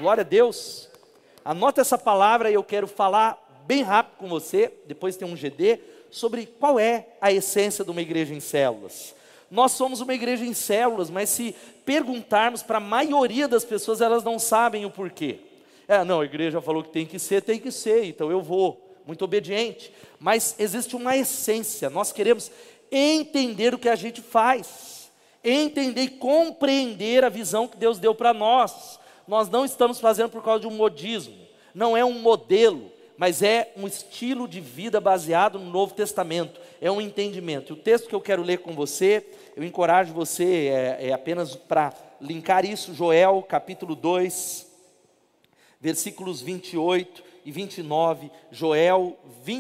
Glória a Deus. Anota essa palavra e eu quero falar bem rápido com você, depois tem um GD, sobre qual é a essência de uma igreja em células. Nós somos uma igreja em células, mas se perguntarmos para a maioria das pessoas, elas não sabem o porquê. Não, a igreja falou que tem que ser, então eu vou, muito obediente. Mas existe uma essência, nós queremos entender o que a gente faz, entender e compreender a visão que Deus deu para nós. Nós não estamos fazendo por causa de um modismo, não é um modelo, mas é um estilo de vida baseado no Novo Testamento, é um entendimento. O texto que eu quero ler com você, eu encorajo você, apenas para linkar isso, Joel capítulo 2, versículos 28 e 29, Joel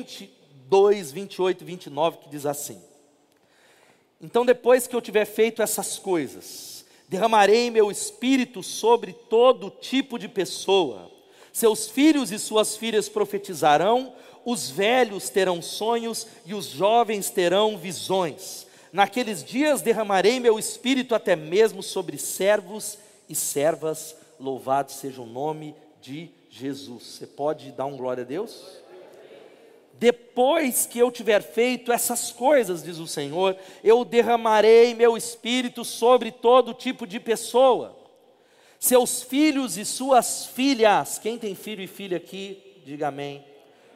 22, 28 e 29, que diz assim: então depois que eu tiver feito essas coisas, derramarei meu espírito sobre todo tipo de pessoa. Seus filhos e suas filhas profetizarão, os velhos terão sonhos e os jovens terão visões. Naqueles dias derramarei meu espírito até mesmo sobre servos e servas. Louvado seja o nome de Jesus. Você pode dar um glória a Deus? Depois que eu tiver feito essas coisas, diz o Senhor, eu derramarei meu espírito sobre todo tipo de pessoa. Seus filhos e suas filhas, quem tem filho e filha aqui, diga amém,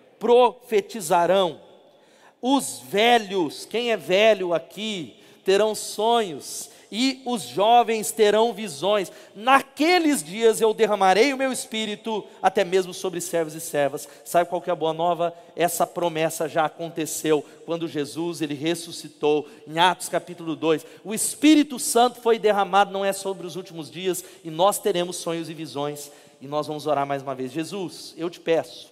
profetizarão. Os velhos, quem é velho aqui, terão sonhos, e os jovens terão visões. Naqueles dias eu derramarei o meu espírito, até mesmo sobre servos e servas. Sabe qual que é a boa nova? Essa promessa já aconteceu, quando Jesus, ele ressuscitou, em Atos capítulo 2, o Espírito Santo foi derramado, não é sobre os últimos dias, e nós teremos sonhos e visões, e nós vamos orar mais uma vez. Jesus, eu te peço,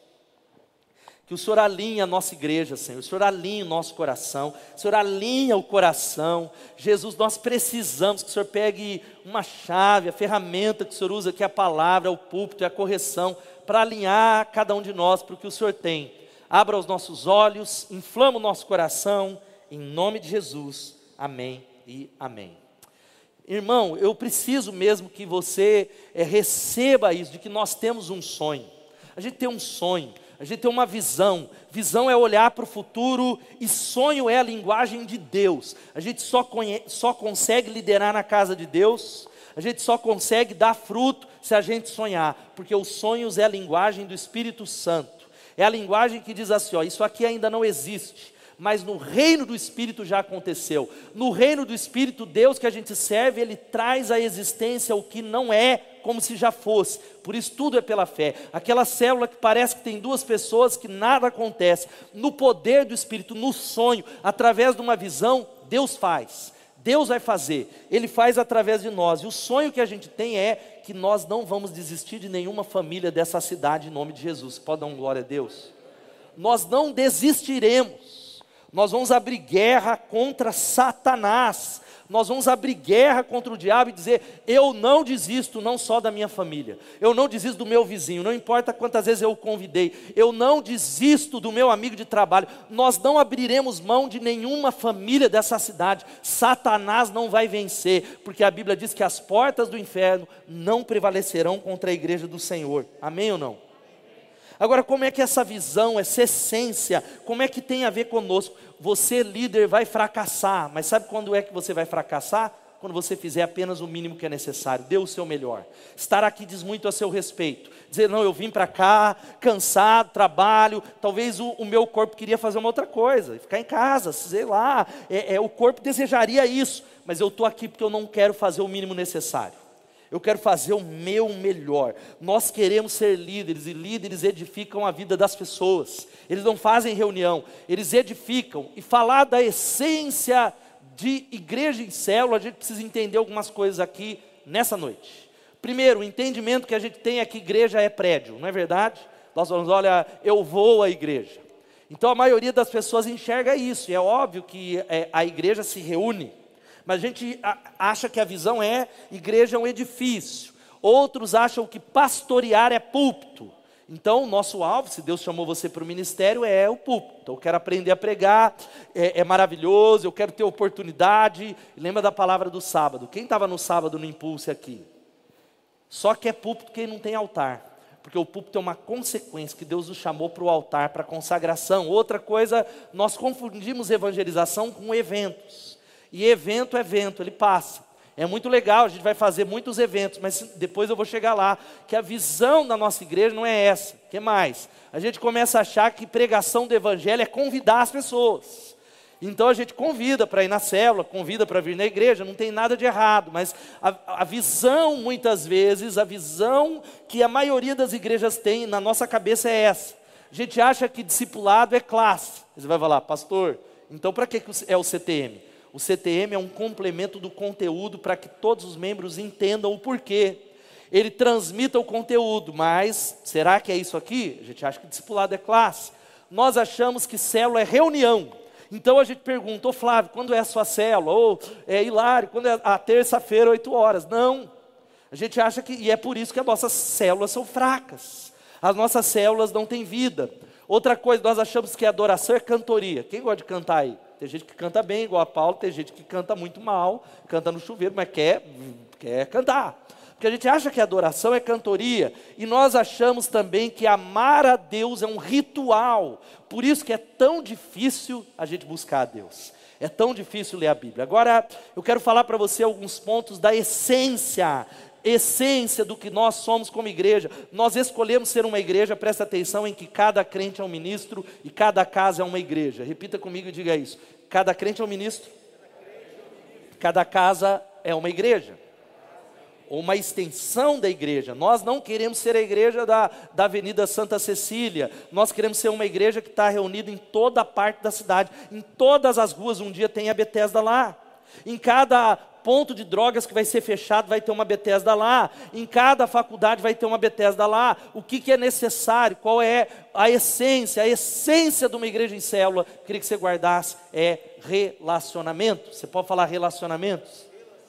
que o Senhor alinhe a nossa igreja, Senhor, o Senhor alinhe o nosso coração, o Senhor alinha o coração. Jesus, nós precisamos que o Senhor pegue uma chave, a ferramenta que o Senhor usa, que é a palavra, o púlpito e a correção, para alinhar cada um de nós para o que o Senhor tem. Abra os nossos olhos, inflama o nosso coração, em nome de Jesus, amém e amém. Irmão, eu preciso mesmo que você receba isso, de que nós temos um sonho. A gente tem um sonho. A gente tem uma visão. Visão é olhar para o futuro e sonho é a linguagem de Deus. A gente só consegue liderar na casa de Deus, a gente só consegue dar fruto se a gente sonhar, porque os sonhos é a linguagem do Espírito Santo. É a linguagem que diz assim, isso aqui ainda não existe, mas no reino do Espírito já aconteceu. No reino do Espírito, Deus que a gente serve, Ele traz à existência o que não é, como se já fosse. Por isso tudo é pela fé. Aquela célula que parece que tem duas pessoas, que nada acontece, no poder do Espírito, no sonho, através de uma visão, Deus faz. Deus vai fazer, Ele faz através de nós. E o sonho que a gente tem é que nós não vamos desistir de nenhuma família dessa cidade, em nome de Jesus. Pode dar um glória a Deus? Nós não desistiremos. Nós vamos abrir guerra contra Satanás. Nós vamos abrir guerra contra o diabo e dizer, eu não desisto não só da minha família, eu não desisto do meu vizinho, não importa quantas vezes eu o convidei, eu não desisto do meu amigo de trabalho, nós não abriremos mão de nenhuma família dessa cidade. Satanás não vai vencer, porque a Bíblia diz que as portas do inferno não prevalecerão contra a igreja do Senhor, amém ou não? Agora, como é que essa visão, essa essência, como é que tem a ver conosco? Você, líder, vai fracassar, mas sabe quando é que você vai fracassar? Quando você fizer apenas o mínimo que é necessário, dê o seu melhor. Estar aqui diz muito a seu respeito. Dizer, não, eu vim para cá, cansado, trabalho, talvez o meu corpo queria fazer uma outra coisa, ficar em casa, sei lá, o corpo desejaria isso, mas eu estou aqui porque eu não quero fazer o mínimo necessário. Eu quero fazer o meu melhor. Nós queremos ser líderes, e líderes edificam a vida das pessoas. Eles não fazem reunião, eles edificam. E falar da essência de igreja em célula, a gente precisa entender algumas coisas aqui nessa noite. Primeiro, o entendimento que a gente tem é que igreja é prédio, não é verdade? Nós falamos, olha, eu vou à igreja. Então a maioria das pessoas enxerga isso, e é óbvio que a igreja se reúne. Mas a gente acha que a visão igreja é um edifício. Outros acham que pastorear é púlpito. Então o nosso alvo, se Deus chamou você para o ministério, é o púlpito. Então, eu quero aprender a pregar, é maravilhoso, eu quero ter oportunidade. Lembra da palavra do sábado? Quem estava no sábado no Impulse aqui? Só que é púlpito quem não tem altar. Porque o púlpito é uma consequência que Deus nos chamou para o altar, para a consagração. Outra coisa, nós confundimos evangelização com eventos. E evento é evento, ele passa. É muito legal, a gente vai fazer muitos eventos, mas depois eu vou chegar lá, que a visão da nossa igreja não é essa. O que mais? A gente começa a achar que pregação do evangelho é convidar as pessoas. Então a gente convida para ir na célula, convida para vir na igreja, não tem nada de errado, mas a visão, muitas vezes, a visão que a maioria das igrejas tem na nossa cabeça é essa. A gente acha que discipulado é classe. Você vai falar, pastor, então para que é o CTM? O CTM é um complemento do conteúdo para que todos os membros entendam o porquê. Ele transmita o conteúdo, mas será que é isso aqui? A gente acha que discipulado é classe. Nós achamos que célula é reunião. Então a gente pergunta, ô Flávio, quando é a sua célula? Ou Hilário, quando é a terça-feira, 8 horas? Não. A gente acha que, e é por isso que as nossas células são fracas. As nossas células não têm vida. Outra coisa, nós achamos que adoração é cantoria. Quem gosta de cantar aí? Tem gente que canta bem, igual a Paulo, tem gente que canta muito mal, canta no chuveiro, mas quer cantar. Porque a gente acha que a adoração é cantoria, e nós achamos também que amar a Deus é um ritual. Por isso que é tão difícil a gente buscar a Deus. É tão difícil ler a Bíblia. Agora, eu quero falar para você alguns pontos da essência do que nós somos como igreja. Nós escolhemos ser uma igreja, presta atenção, em que cada crente é um ministro e cada casa é uma igreja. Repita comigo e diga isso. Cada crente é um ministro, cada casa é uma igreja, ou uma extensão da igreja. Nós não queremos ser a igreja da Avenida Santa Cecília. Nós queremos ser uma igreja que está reunida em toda a parte da cidade. Em todas as ruas um dia tem a Betesda lá. Em cada ponto de drogas que vai ser fechado vai ter uma Betesda lá. Em cada faculdade vai ter uma Betesda lá. O que é necessário? Qual é a essência? A essência de uma igreja em célula, queria que você guardasse, é relacionamento. Você pode falar relacionamentos?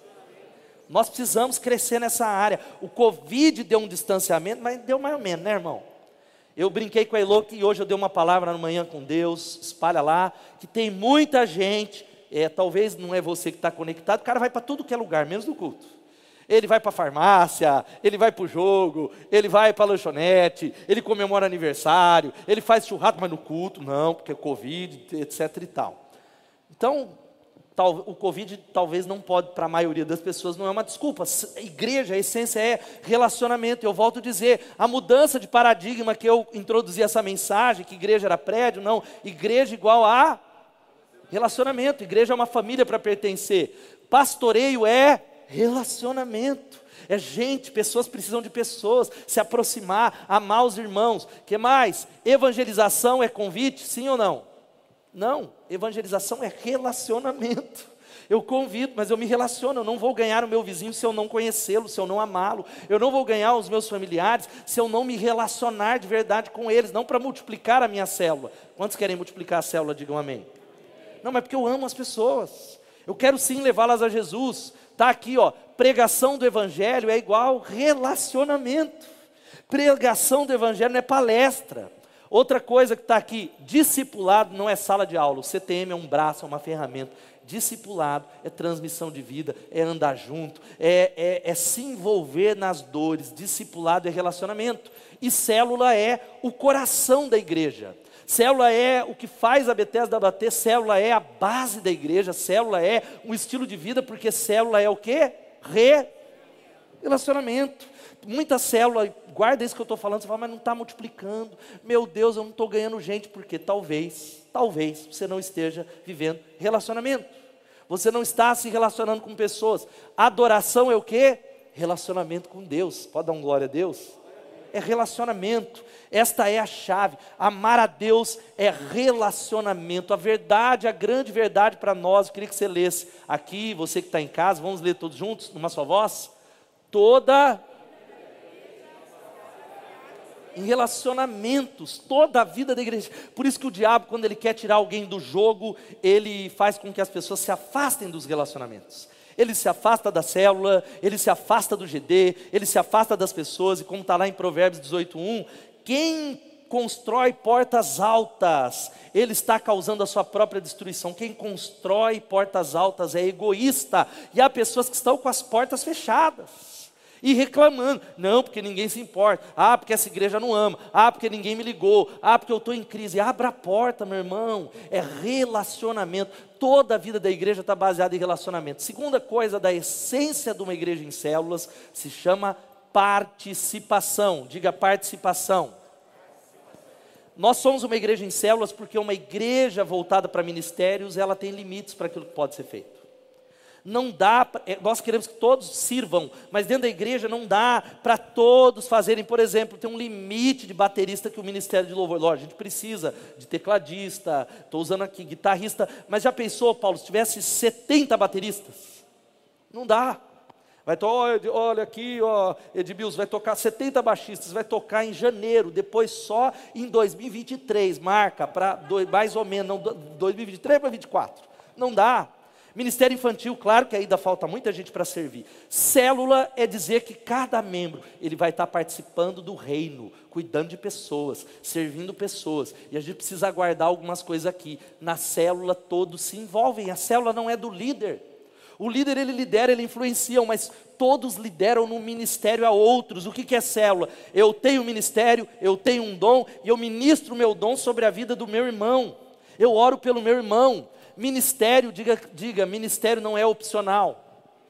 Nós precisamos crescer nessa área. O Covid deu um distanciamento, mas deu mais ou menos, né, irmão? Eu brinquei com a Elô que hoje eu dei uma palavra no Manhã com Deus, espalha lá, que tem muita gente, talvez não é você que está conectado, o cara vai para tudo que é lugar, menos no culto. Ele vai para a farmácia, ele vai para o jogo, ele vai para a lanchonete, ele comemora aniversário, ele faz churrasco, mas no culto não, porque é Covid, etc e tal. Então, o Covid talvez não pode, para a maioria das pessoas, não é uma desculpa. A igreja, a essência é relacionamento. Eu volto a dizer, a mudança de paradigma que eu introduzi essa mensagem, que igreja era prédio, não. Igreja igual a relacionamento. Igreja é uma família para pertencer. Pastoreio é relacionamento. É gente, pessoas precisam de pessoas, se aproximar, amar os irmãos. O que mais? Evangelização é convite, sim ou não? Não, evangelização é relacionamento. Eu convido, mas eu me relaciono. Eu não vou ganhar o meu vizinho se eu não conhecê-lo, se eu não amá-lo. Eu não vou ganhar os meus familiares se eu não me relacionar de verdade com eles. Não para multiplicar a minha célula. Quantos querem multiplicar a célula? Digam amém. Não, mas porque eu amo as pessoas. Eu quero sim levá-las a Jesus. Está aqui, ó, pregação do evangelho é igual relacionamento. Pregação do evangelho não é palestra. Outra coisa que está aqui, discipulado não é sala de aula. O CTM é um braço, é uma ferramenta. Discipulado é transmissão de vida, é andar junto, é se envolver nas dores. Discipulado é relacionamento. E célula é o coração da igreja. Célula é o que faz a Betesda bater. Célula é a base da igreja. Célula é um estilo de vida, porque célula é o quê? Relacionamento. Muita célula, guarda isso que eu estou falando, você fala, mas não está multiplicando, meu Deus, eu não estou ganhando gente, porque talvez você não esteja vivendo relacionamento, você não está se relacionando com pessoas. Adoração é o quê? Relacionamento com Deus. Pode dar um glória a Deus? É relacionamento. Esta é a chave. Amar a Deus é relacionamento. A verdade, a grande verdade para nós, eu queria que você lesse aqui, você que está em casa, vamos ler todos juntos, numa só voz? Em relacionamentos, toda a vida da igreja. Por isso que o diabo, quando ele quer tirar alguém do jogo, ele faz com que as pessoas se afastem dos relacionamentos. Ele se afasta da célula, ele se afasta do GD, ele se afasta das pessoas, e como está lá em Provérbios 18:1, quem constrói portas altas, ele está causando a sua própria destruição. Quem constrói portas altas é egoísta, e há pessoas que estão com as portas fechadas. E reclamando, não, porque ninguém se importa, porque essa igreja não ama, porque ninguém me ligou, porque eu estou em crise. Abra a porta, meu irmão, é relacionamento. Toda a vida da igreja está baseada em relacionamento. Segunda coisa da essência de uma igreja em células, se chama participação. Diga participação. Nós somos uma igreja em células porque uma igreja voltada para ministérios, ela tem limites para aquilo que pode ser feito. Não dá, nós queremos que todos sirvam, mas dentro da igreja não dá para todos fazerem. Por exemplo, tem um limite de baterista que o ministério de louvor, lógico, a gente precisa de tecladista, estou usando aqui, guitarrista, mas já pensou, Paulo, se tivesse 70 bateristas? Não dá. Olha aqui, Edmilson, vai tocar 70 baixistas, vai tocar em janeiro, depois só em 2023, marca para mais ou menos, não, 2023 para 2024, não dá. Ministério infantil, claro que ainda falta muita gente para servir. Célula é dizer que cada membro, ele vai estar participando do reino, cuidando de pessoas, servindo pessoas. E a gente precisa aguardar algumas coisas aqui. Na célula todos se envolvem, a célula não é do líder. O líder ele lidera, ele influencia, mas todos lideram no ministério a outros. O que é célula? Eu tenho um ministério, eu tenho um dom, e eu ministro o meu dom sobre a vida do meu irmão. Eu oro pelo meu irmão. Ministério, diga, ministério não é opcional.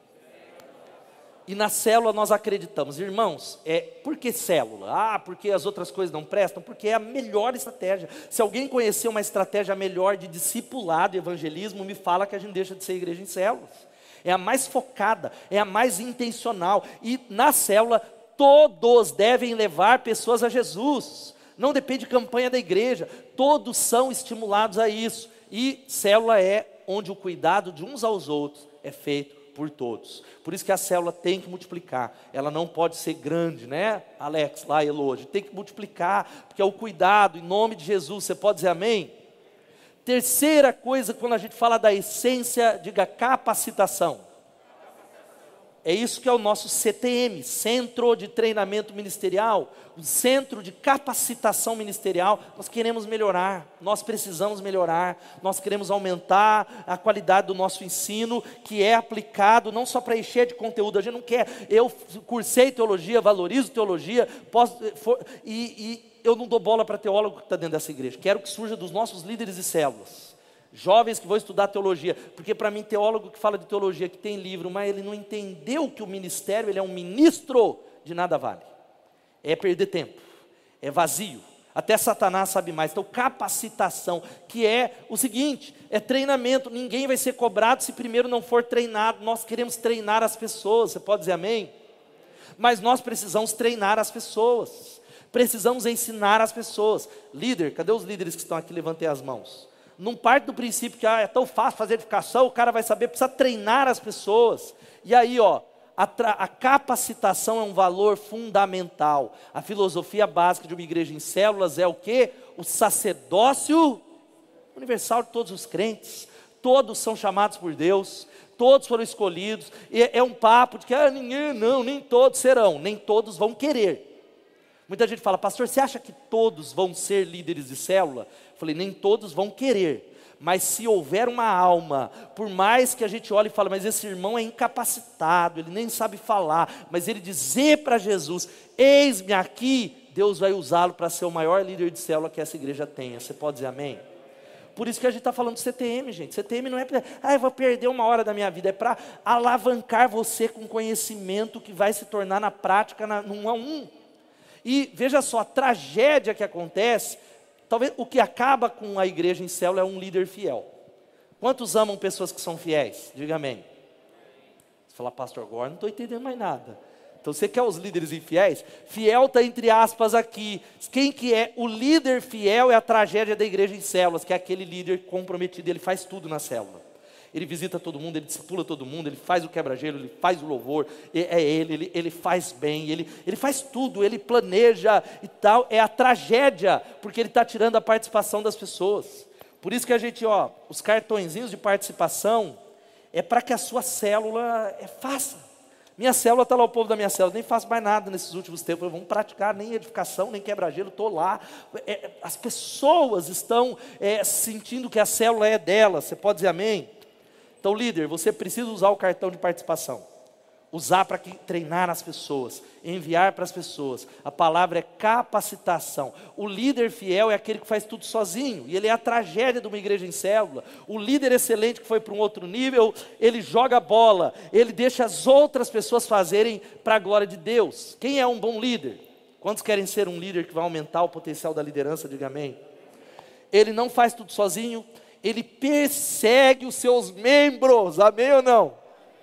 E na célula nós acreditamos, irmãos, por que célula? Porque as outras coisas não prestam? Porque é a melhor estratégia. Se alguém conhecer uma estratégia melhor de discipulado e evangelismo, me fala que a gente deixa de ser igreja em células. É a mais focada, é a mais intencional. E na célula, todos devem levar pessoas a Jesus. Não depende de campanha da igreja, todos são estimulados a isso. E célula é onde o cuidado de uns aos outros é feito por todos. Por isso que a célula tem que multiplicar. Ela não pode ser grande, né, Alex, lá Elô, tem que multiplicar, porque é o cuidado, em nome de Jesus. Você pode dizer amém? Terceira coisa, quando a gente fala da essência, diga capacitação. É isso que é o nosso CTM, Centro de Treinamento Ministerial, o Centro de Capacitação Ministerial. Nós queremos melhorar, nós precisamos melhorar, nós queremos aumentar a qualidade do nosso ensino, que é aplicado não só para encher de conteúdo, a gente não quer, eu cursei teologia, valorizo teologia, eu não dou bola para teólogo que está dentro dessa igreja, quero que surja dos nossos líderes de células. Jovens que vão estudar teologia, porque para mim teólogo que fala de teologia, que tem livro, mas ele não entendeu que o ministério, ele é um ministro, de nada vale, é perder tempo, é vazio, até Satanás sabe mais. Então capacitação, que é o seguinte, é treinamento, ninguém vai ser cobrado se primeiro não for treinado. Nós queremos treinar as pessoas, você pode dizer amém? Mas nós precisamos treinar as pessoas, precisamos ensinar as pessoas. Líder, cadê os líderes que estão aqui? Levantem as mãos. Não parte do princípio que é tão fácil fazer edificação, o cara vai saber, precisa treinar as pessoas. E aí, a capacitação é um valor fundamental. A filosofia básica de uma igreja em células é o quê? O sacerdócio universal de todos os crentes. Todos são chamados por Deus, todos foram escolhidos. E é um papo de que nem todos serão, nem todos vão querer. Muita gente fala, pastor, você acha que todos vão ser líderes de célula? Eu falei, nem todos vão querer, mas se houver uma alma, por mais que a gente olhe e fale, mas esse irmão é incapacitado, ele nem sabe falar, mas ele dizer para Jesus, eis-me aqui, Deus vai usá-lo para ser o maior líder de célula que essa igreja tenha. Você pode dizer amém? Por isso que a gente está falando de CTM, gente. CTM não é para, eu vou perder uma hora da minha vida, é para alavancar você com conhecimento que vai se tornar na prática, no 1 a 1. E veja só, a tragédia que acontece, talvez o que acaba com a igreja em célula é um líder fiel. Quantos amam pessoas que são fiéis? Diga amém. Você fala, pastor, agora não estou entendendo mais nada. Então você quer os líderes infiéis? Fiel está entre aspas aqui. Quem que é? O líder fiel é a tragédia da igreja em células, que é aquele líder comprometido, ele faz tudo na célula. Ele visita todo mundo, ele discipula todo mundo, ele faz o quebra-gelo, ele faz o louvor, ele faz bem, ele faz tudo, ele planeja e tal. É a tragédia, porque ele está tirando a participação das pessoas. Por isso que a gente, os cartõezinhos de participação, é para que a sua célula faça. Minha célula está lá, o povo da minha célula, nem faço mais nada nesses últimos tempos, vamos praticar nem edificação, nem quebra-gelo, estou lá. As pessoas estão sentindo que a célula é delas, você pode dizer amém? Então, líder, você precisa usar o cartão de participação. usar para treinar as pessoas, enviar para as pessoas. A palavra é capacitação. O líder fiel é aquele que faz tudo sozinho, e ele é a tragédia de uma igreja em célula. O líder excelente que foi para um outro nível, ele joga a bola, ele deixa as outras pessoas fazerem para a glória de Deus. Quem é um bom líder? Quantos querem ser um líder que vai aumentar o potencial da liderança? Diga amém. Ele não faz tudo sozinho, ele persegue os seus membros, amém ou não?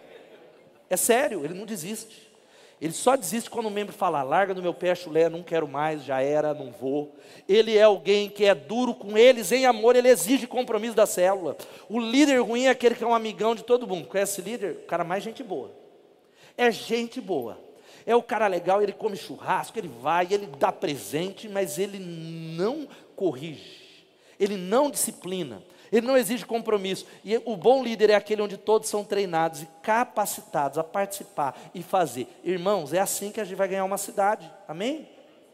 É sério, ele não desiste. Ele só desiste quando o membro fala: larga do meu pé, chulé, não quero mais, já era, não vou. Ele é alguém que é duro com eles em amor, ele exige compromisso da célula. O líder ruim é aquele que é um amigão de todo mundo. Conhece esse líder? O cara mais gente boa. É gente boa. É o cara legal, ele come churrasco, ele vai, ele dá presente, mas ele não corrige. Ele não disciplina. Ele não exige compromisso. E o bom líder é aquele onde todos são treinados e capacitados a participar e fazer. Irmãos, é assim que a gente vai ganhar uma cidade. Amém?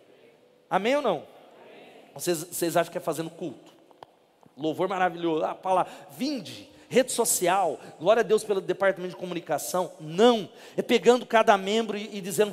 Amém ou não? Vocês acham que é fazendo culto? Louvor maravilhoso. A palavra, vinde, rede social, glória a Deus pelo departamento de comunicação. Não. É pegando cada membro e dizendo: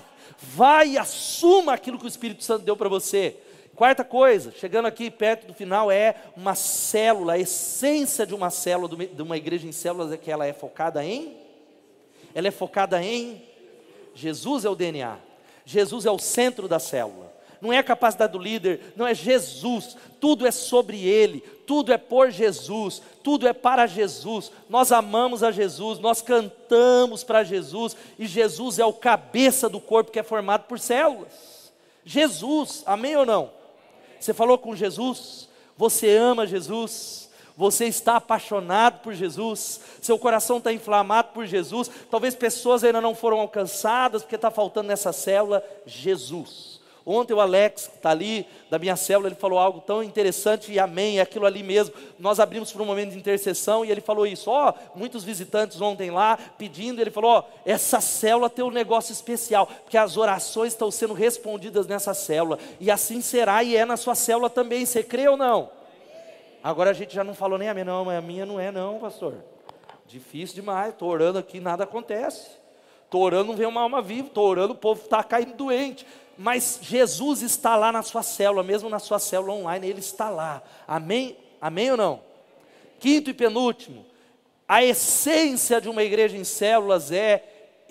vai, assuma aquilo que o Espírito Santo deu para você. Quarta coisa, chegando aqui perto do final, é uma célula. A essência de uma célula, de uma igreja em células, é que ela é focada em? Ela é focada em? Jesus é o DNA. Jesus é o centro da célula. Não é a capacidade do líder, não é Jesus. Tudo é sobre Ele, tudo é por Jesus, tudo é para Jesus. Nós amamos a Jesus, nós cantamos para Jesus, e Jesus é o cabeça do corpo que é formado por células. Jesus, amém ou não? Você falou com Jesus, você ama Jesus, você está apaixonado por Jesus, seu coração está inflamado por Jesus. Talvez pessoas ainda não foram alcançadas, porque está faltando nessa célula Jesus. Ontem o Alex, que está ali, da minha célula, ele falou algo tão interessante, e amém, é aquilo ali mesmo. Nós abrimos para um momento de intercessão, e ele falou isso. Muitos visitantes ontem lá, pedindo, ele falou: essa célula tem um negócio especial, porque as orações estão sendo respondidas nessa célula, e assim será, e é na sua célula também. Você crê ou não? Agora a gente já não falou nem amém. Não, mas a minha não é não, pastor. Difícil demais, estou orando aqui, nada acontece. Estou orando, não vem uma alma viva. Estou orando, o povo está caindo doente. Mas Jesus está lá na sua célula, mesmo na sua célula online, Ele está lá. Amém? Amém ou não? Quinto e penúltimo, a essência de uma igreja em células é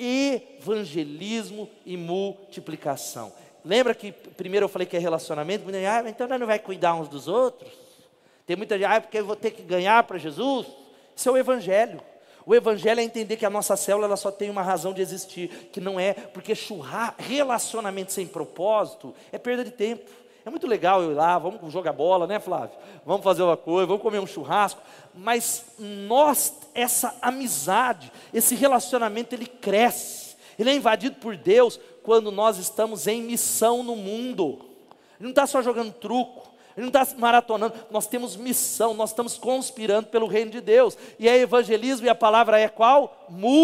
evangelismo e multiplicação. Lembra que primeiro eu falei que é relacionamento? Muita gente, então nós não vai cuidar uns dos outros? Tem muita gente, porque eu vou ter que ganhar para Jesus? Isso é o evangelho. O evangelho é entender que a nossa célula ela só tem uma razão de existir, que não é porque relacionamento sem propósito é perda de tempo. É muito legal eu ir lá, vamos jogar bola, né, Flávio? Vamos fazer uma coisa, vamos comer um churrasco, mas essa amizade, esse relacionamento, ele cresce, ele é invadido por Deus quando nós estamos em missão no mundo. Ele não está só jogando truco, ele não está maratonando, nós temos missão, nós estamos conspirando pelo reino de Deus, e é evangelismo, e a palavra é qual?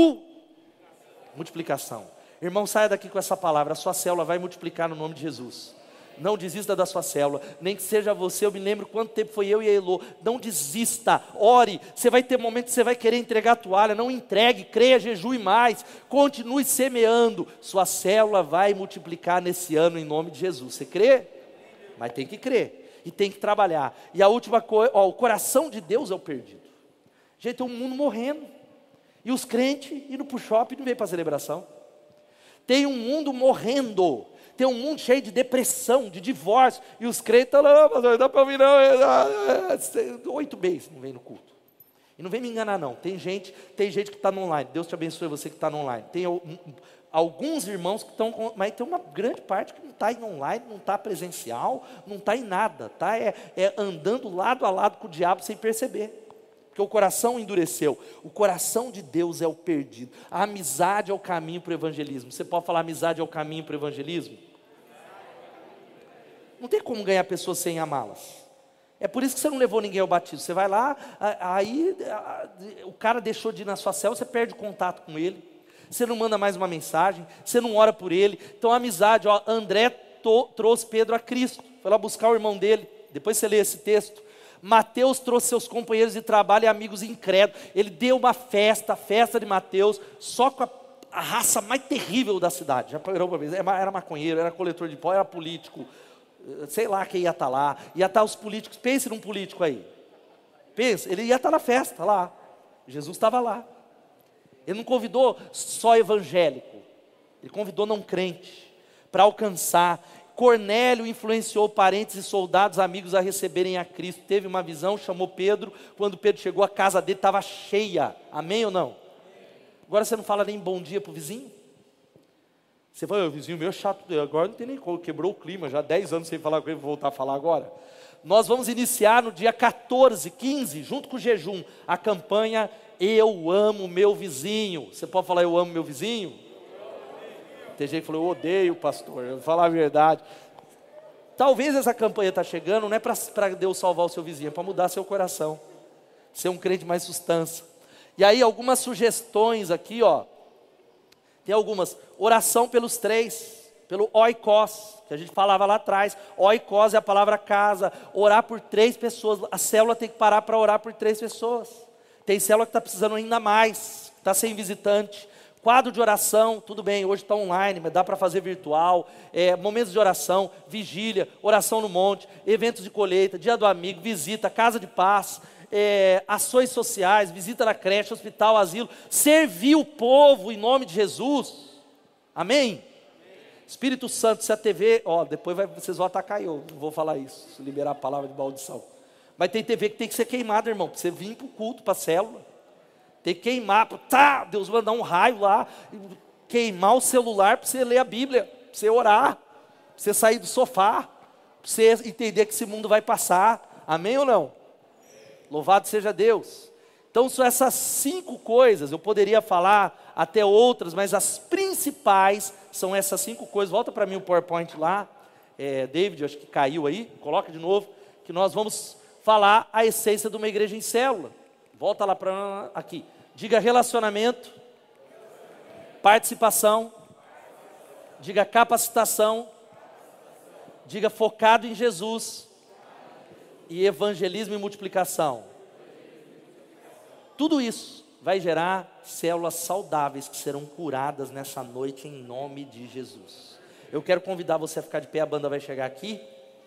Multiplicação. Irmão, saia daqui com essa palavra, a sua célula vai multiplicar no nome de Jesus. Não desista da sua célula, nem que seja você. Eu me lembro quanto tempo foi eu e a Elô. Não desista, ore. Você vai ter momentos que você vai querer entregar a toalha. Não entregue, creia, jejue mais. Continue semeando. Sua célula vai multiplicar nesse ano em nome de Jesus. Você crê? Mas tem que crer e tem que trabalhar. E a última coisa, o coração de Deus é o perdido. Gente, tem um mundo morrendo, e os crentes indo para o shopping não veio para a celebração. Tem um mundo morrendo, tem um mundo cheio de depressão, de divórcio, e os crentes estão lá: não dá para ouvir não, 8 meses não vem no culto. E não vem me enganar não, tem gente que está no online. Deus te abençoe você que está no online. Tem alguns irmãos que estão, mas tem uma grande parte que não está em online, não está presencial, não está em nada, está andando lado a lado com o diabo sem perceber, porque o coração endureceu. O coração de Deus é o perdido. A amizade é o caminho para o evangelismo. Você pode falar: amizade é o caminho para o evangelismo? Não tem como ganhar pessoas sem amá-las. É por isso que você não levou ninguém ao batismo. Você vai lá, aí o cara deixou de ir na sua célula, você perde o contato com ele. Você não manda mais uma mensagem, você não ora por ele. Então a amizade, André trouxe Pedro a Cristo, foi lá buscar o irmão dele. Depois você lê esse texto. Mateus trouxe seus companheiros de trabalho e amigos incrédulos. Ele deu uma festa, a festa de Mateus, só com a raça mais terrível da cidade. Já parou uma vez? Era maconheiro, era coletor de pó, era político. Sei lá quem ia estar lá. Ia estar os políticos. Pense num político aí. Pense, ele ia estar na festa lá. Jesus estava lá. Ele não convidou só evangélico. Ele convidou não crente. Para alcançar. Cornélio influenciou parentes e soldados amigos a receberem a Cristo. Teve uma visão, chamou Pedro. Quando Pedro chegou, a casa dele estava cheia. Amém ou não? Agora você não fala nem bom dia para o vizinho? Você fala, o vizinho meu é chato, agora não tem nem como, quebrou o clima, já há 10 anos sem falar com ele, vou voltar a falar agora. Nós vamos iniciar no dia 14, 15, junto com o jejum, a campanha Eu Amo Meu Vizinho. Você pode falar, eu amo meu vizinho? Tem gente que falou, eu odeio, pastor, eu vou falar a verdade. Talvez essa campanha está chegando, não é para Deus salvar o seu vizinho, é para mudar seu coração, ser um crente mais substância. E aí algumas sugestões aqui, ó. Tem algumas. Oração pelos 3, pelo oikos, que a gente falava lá atrás. Oikos é a palavra casa. Orar por 3 pessoas. A célula tem que parar para orar por 3 pessoas. Tem célula que está precisando ainda mais, está sem visitante. Quadro de oração, tudo bem, hoje está online, mas dá para fazer virtual. Momentos de oração, vigília, oração no monte, eventos de colheita, dia do amigo, visita, casa de paz. Ações sociais, visita na creche, hospital, asilo, servir o povo em nome de Jesus, amém? Espírito Santo, se a TV, depois vocês vão atacar eu, não vou falar isso, se liberar a palavra de maldição, mas tem TV que tem que ser queimada, irmão, para você vir para o culto, para a célula, tem que queimar, Deus vai mandar um raio lá, queimar o celular para você ler a Bíblia, para você orar, para você sair do sofá, para você entender que esse mundo vai passar, amém ou não? Louvado seja Deus. Então são essas 5 coisas, eu poderia falar até outras, mas as principais são essas 5 coisas. Volta para mim o PowerPoint lá, David, acho que caiu aí, coloca de novo, que nós vamos falar a essência de uma igreja em célula. Volta lá para aqui, diga relacionamento, participação, diga capacitação, diga focado em Jesus, e evangelismo e multiplicação. Tudo isso vai gerar células saudáveis que serão curadas nessa noite em nome de Jesus. Eu quero convidar você a ficar de pé, a banda vai chegar aqui.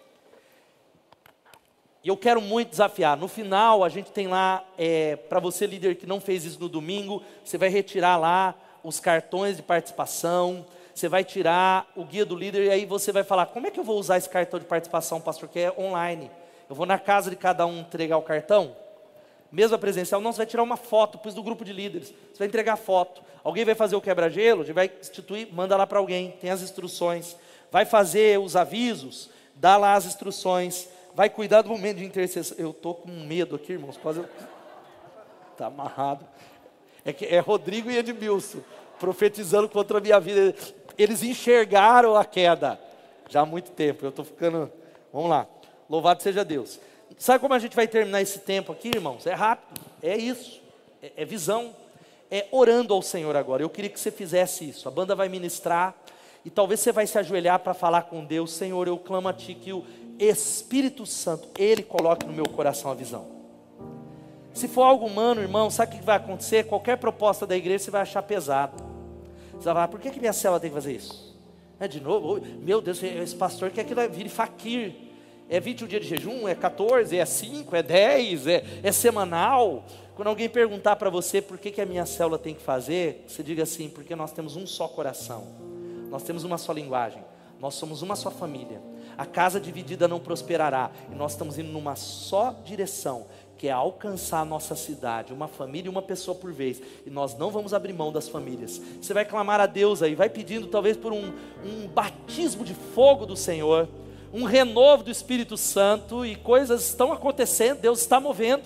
E eu quero muito desafiar. No final a gente tem lá, para você líder que não fez isso no domingo, você vai retirar lá os cartões de participação, você vai tirar o guia do líder e aí você vai falar, como é que eu vou usar esse cartão de participação, pastor, que é online? Eu vou na casa de cada um entregar o cartão, mesmo presencial, não, você vai tirar uma foto, pus do grupo de líderes, você vai entregar foto, alguém vai fazer o quebra-gelo, vai instituir, manda lá para alguém, tem as instruções, vai fazer os avisos, dá lá as instruções, vai cuidar do momento de intercessão. Eu estou com medo aqui, irmãos, quase está amarrado, é Rodrigo e Edmilson, profetizando contra a minha vida, eles enxergaram a queda, já há muito tempo, eu estou ficando, vamos lá. Louvado seja Deus. Sabe como a gente vai terminar esse tempo aqui, irmãos? É rápido, é isso, é visão, é orando ao Senhor agora. Eu queria que você fizesse isso, a banda vai ministrar, e talvez você vai se ajoelhar para falar com Deus. Senhor, eu clamo a Ti que o Espírito Santo, Ele coloque no meu coração a visão. Se for algo humano, irmão, sabe o que vai acontecer? Qualquer proposta da igreja você vai achar pesado. Você vai falar, por que minha célula tem que fazer isso? De novo, meu Deus, esse pastor quer que ele vire faquir. É 21 dias de jejum, é 14, é 5, é 10, é semanal. Quando alguém perguntar para você por que a minha célula tem que fazer, você diga assim, porque nós temos um só coração, nós temos uma só linguagem, nós somos uma só família. A casa dividida não prosperará, e nós estamos indo numa só direção, que é alcançar a nossa cidade, uma família e uma pessoa por vez, e nós não vamos abrir mão das famílias. Você vai clamar a Deus aí, vai pedindo talvez por um batismo de fogo do Senhor, um renovo do Espírito Santo, e coisas estão acontecendo, Deus está movendo.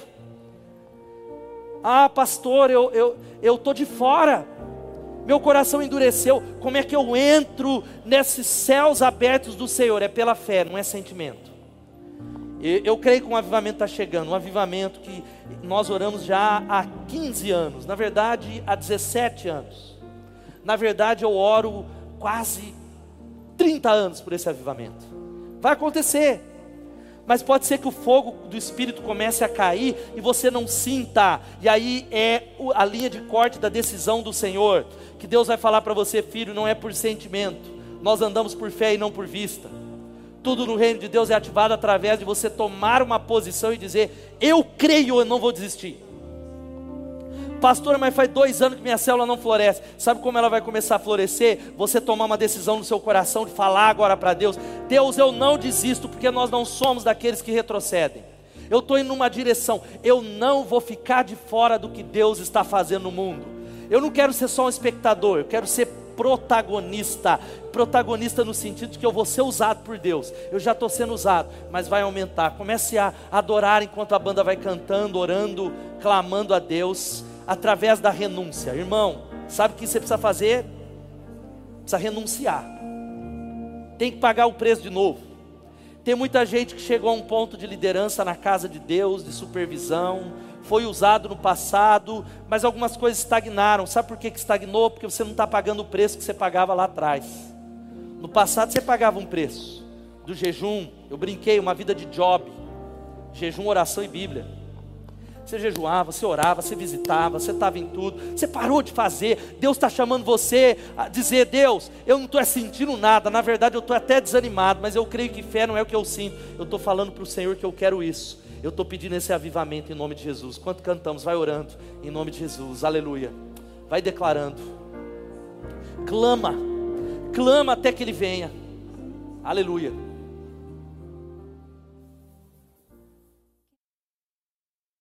Pastor, eu estou de fora, meu coração endureceu, como é que eu entro nesses céus abertos do Senhor? É pela fé, não é sentimento. Eu creio que um avivamento está chegando, um avivamento que nós oramos já há 15 anos, na verdade há 17 anos, na verdade eu oro quase 30 anos por esse avivamento. Vai acontecer. Mas pode ser que o fogo do Espírito comece a cair e você não sinta. E aí é a linha de corte da decisão do Senhor. Que Deus vai falar para você: filho, não é por sentimento. Nós andamos por fé e não por vista. Tudo no reino de Deus é ativado através de você tomar uma posição e dizer: eu creio, eu não vou desistir. Pastor, mas faz 2 anos que minha célula não floresce. Sabe como ela vai começar a florescer? Você tomar uma decisão no seu coração de falar agora para Deus: Deus, eu não desisto, porque nós não somos daqueles que retrocedem. Eu estou indo numa direção, eu não vou ficar de fora do que Deus está fazendo no mundo. Eu não quero ser só um espectador, eu quero ser protagonista. Protagonista no sentido de que eu vou ser usado por Deus. Eu já estou sendo usado, mas vai aumentar. Comece a adorar enquanto a banda vai cantando, orando, clamando a Deus, através da renúncia. Irmão, sabe o que você precisa fazer? Precisa renunciar. Tem que pagar o preço de novo. Tem muita gente que chegou a um ponto de liderança na casa de Deus, de supervisão, foi usado no passado, mas algumas coisas estagnaram. Sabe por que estagnou? Porque você não está pagando o preço que você pagava lá atrás. No passado você pagava um preço do jejum. Eu brinquei, uma vida de Job: jejum, oração e Bíblia. Você jejuava, você orava, você visitava, você estava em tudo. Você parou de fazer. Deus está chamando você a dizer: Deus, eu não estou sentindo nada. Na verdade eu estou até desanimado, mas eu creio que fé não é o que eu sinto. Eu estou falando para o Senhor que eu quero isso. Eu estou pedindo esse avivamento em nome de Jesus. Quanto cantamos, vai orando em nome de Jesus, aleluia. Vai declarando. Clama, clama até que Ele venha, aleluia.